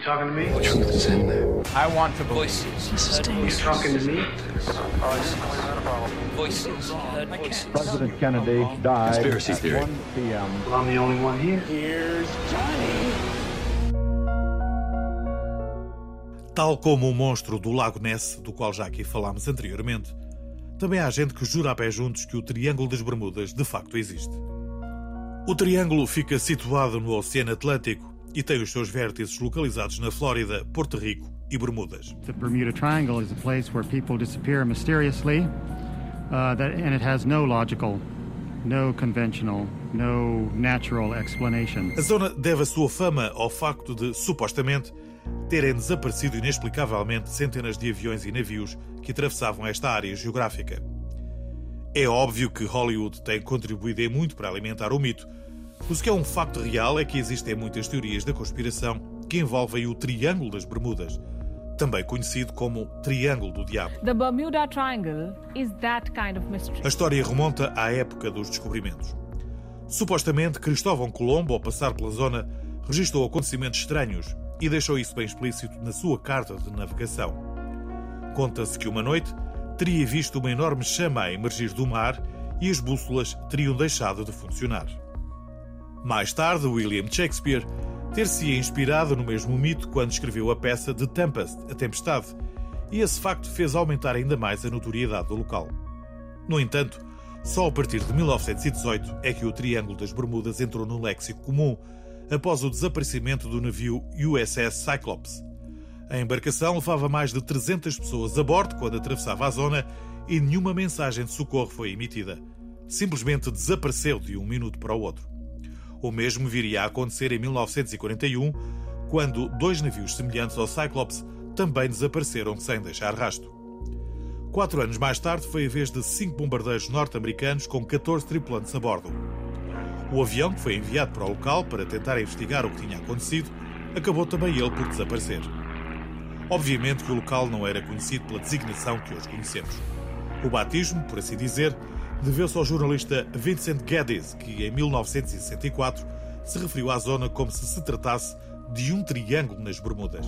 talking to me? The truth is in there. I want to believe. Voices. You talking to me? Voices. Heard voices. President Kennedy died Conspiracy at theory. 1 p.m. Well, I'm the only one here. Here's Johnny. Tal como o monstro do Lago Ness, do qual já aqui falámos anteriormente, também há gente que jura a pé juntos que o Triângulo das Bermudas de facto existe. O triângulo fica situado no Oceano Atlântico e tem os seus vértices localizados na Flórida, Porto Rico e Bermudas. The Bermuda Triangle is a place where people disappear mysteriously, and it has no logical, no conventional, no natural explanation. A zona deve a sua fama ao facto de, supostamente, terem desaparecido inexplicavelmente centenas de aviões e navios que atravessavam esta área geográfica. É óbvio que Hollywood tem contribuído em muito para alimentar o mito, mas o que é um facto real é que existem muitas teorias da conspiração que envolvem o Triângulo das Bermudas, também conhecido como Triângulo do Diabo. The Bermuda Triangle is that kind of mystery. A história remonta à época dos descobrimentos. Supostamente, Cristóvão Colombo, ao passar pela zona, registrou acontecimentos estranhos e deixou isso bem explícito na sua carta de navegação. Conta-se que uma noite teria visto uma enorme chama a emergir do mar e as bússolas teriam deixado de funcionar. Mais tarde, William Shakespeare ter-se inspirado no mesmo mito quando escreveu a peça The Tempest, a Tempestade, e esse facto fez aumentar ainda mais a notoriedade do local. No entanto, só a partir de 1918 é que o Triângulo das Bermudas entrou no léxico comum, após o desaparecimento do navio USS Cyclops. A embarcação levava mais de 300 pessoas a bordo quando atravessava a zona e nenhuma mensagem de socorro foi emitida. Simplesmente desapareceu de um minuto para o outro. O mesmo viria a acontecer em 1941, quando 2 navios semelhantes ao Cyclops também desapareceram sem deixar rastro. 4 anos mais tarde foi a vez de 5 bombardeiros norte-americanos com 14 tripulantes a bordo. O avião, que foi enviado para o local para tentar investigar o que tinha acontecido, acabou também ele por desaparecer. Obviamente que o local não era conhecido pela designação que hoje conhecemos. O batismo, por assim dizer, deveu-se ao jornalista Vincent Geddes, que em 1964 se referiu à zona como se tratasse de um triângulo nas Bermudas.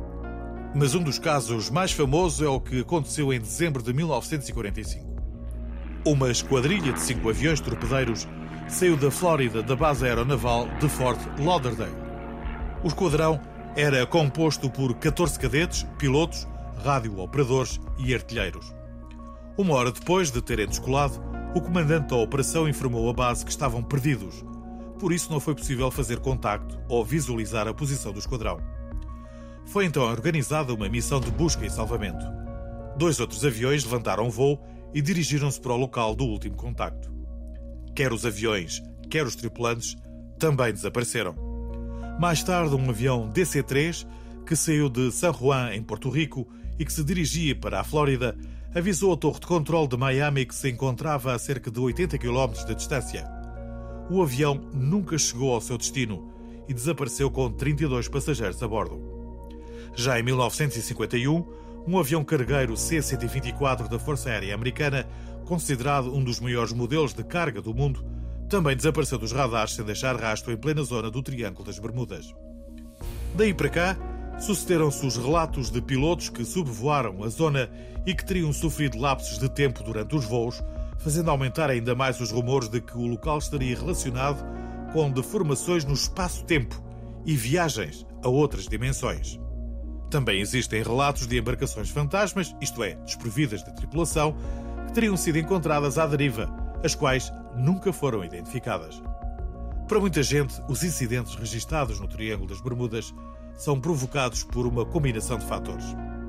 Mas um dos casos mais famosos é o que aconteceu em dezembro de 1945. Uma esquadrilha de 5 aviões torpedeiros saiu da Flórida da base aeronaval de Fort Lauderdale. O esquadrão era composto por 14 cadetes, pilotos, rádio-operadores e artilheiros. Uma hora depois de terem descolado, o comandante da operação informou a base que estavam perdidos. Por isso não foi possível fazer contacto ou visualizar a posição do esquadrão. Foi então organizada uma missão de busca e salvamento. 2 outros aviões levantaram voo e dirigiram-se para o local do último contacto. Quer os aviões, quer os tripulantes, também desapareceram. Mais tarde, um avião DC-3, que saiu de San Juan, em Porto Rico, e que se dirigia para a Flórida, avisou a torre de controle de Miami que se encontrava a cerca de 80 km de distância. O avião nunca chegou ao seu destino e desapareceu com 32 passageiros a bordo. Já em 1951, um avião cargueiro C-124 da Força Aérea Americana, considerado um dos maiores modelos de carga do mundo, também desapareceu dos radares sem deixar rastro em plena zona do Triângulo das Bermudas. Daí para cá, sucederam-se os relatos de pilotos que sobrevoaram a zona e que teriam sofrido lapsos de tempo durante os voos, fazendo aumentar ainda mais os rumores de que o local estaria relacionado com deformações no espaço-tempo e viagens a outras dimensões. Também existem relatos de embarcações fantasmas, isto é, desprovidas de tripulação, que teriam sido encontradas à deriva, as quais nunca foram identificadas. Para muita gente, os incidentes registados no Triângulo das Bermudas são provocados por uma combinação de fatores.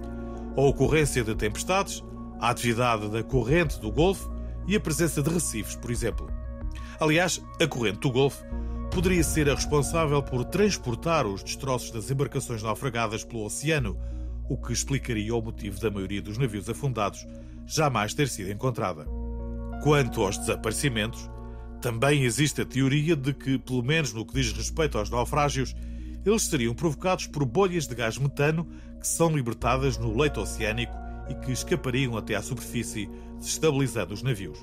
A ocorrência de tempestades, a atividade da corrente do Golfo e a presença de recifes, por exemplo. Aliás, a corrente do Golfo poderia ser a responsável por transportar os destroços das embarcações naufragadas pelo oceano, o que explicaria o motivo da maioria dos navios afundados jamais ter sido encontrada. Quanto aos desaparecimentos, também existe a teoria de que, pelo menos no que diz respeito aos naufrágios, eles seriam provocados por bolhas de gás metano que são libertadas no leito oceânico e que escapariam até à superfície, desestabilizando os navios.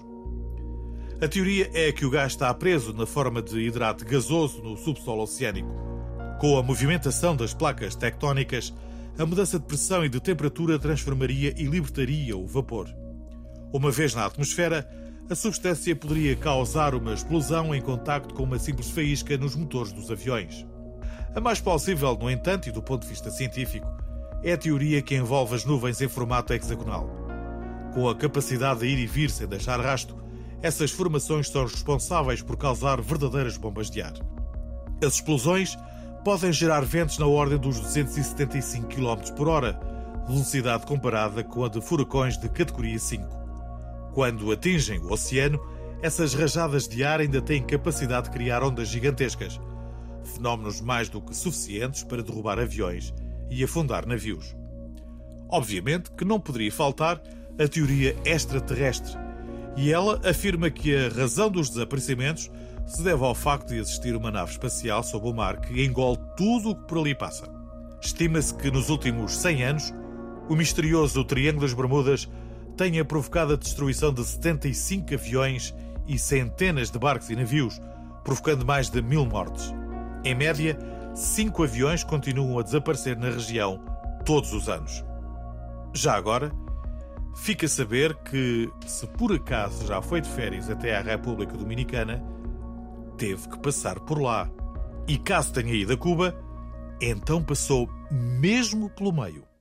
A teoria é que o gás está preso na forma de hidrato gasoso no subsolo oceânico. Com a movimentação das placas tectónicas, a mudança de pressão e de temperatura transformaria e libertaria o vapor. Uma vez na atmosfera, a substância poderia causar uma explosão em contacto com uma simples faísca nos motores dos aviões. A mais plausível, no entanto, e do ponto de vista científico, é a teoria que envolve as nuvens em formato hexagonal. Com a capacidade de ir e vir sem deixar rasto, essas formações são responsáveis por causar verdadeiras bombas de ar. As explosões podem gerar ventos na ordem dos 275 km/h, velocidade comparada com a de furacões de categoria 5. Quando atingem o oceano, essas rajadas de ar ainda têm capacidade de criar ondas gigantescas, fenómenos mais do que suficientes para derrubar aviões e afundar navios. Obviamente que não poderia faltar a teoria extraterrestre, e ela afirma que a razão dos desaparecimentos se deve ao facto de existir uma nave espacial sob o mar que engole tudo o que por ali passa. Estima-se que nos últimos 100 anos, o misterioso Triângulo das Bermudas tenha provocado a destruição de 75 aviões e centenas de barcos e navios, provocando mais de 1000 mortes. Em média, 5 aviões continuam a desaparecer na região todos os anos. Já agora, fica a saber que, se por acaso já foi de férias até à República Dominicana, teve que passar por lá. E caso tenha ido a Cuba, então passou mesmo pelo meio.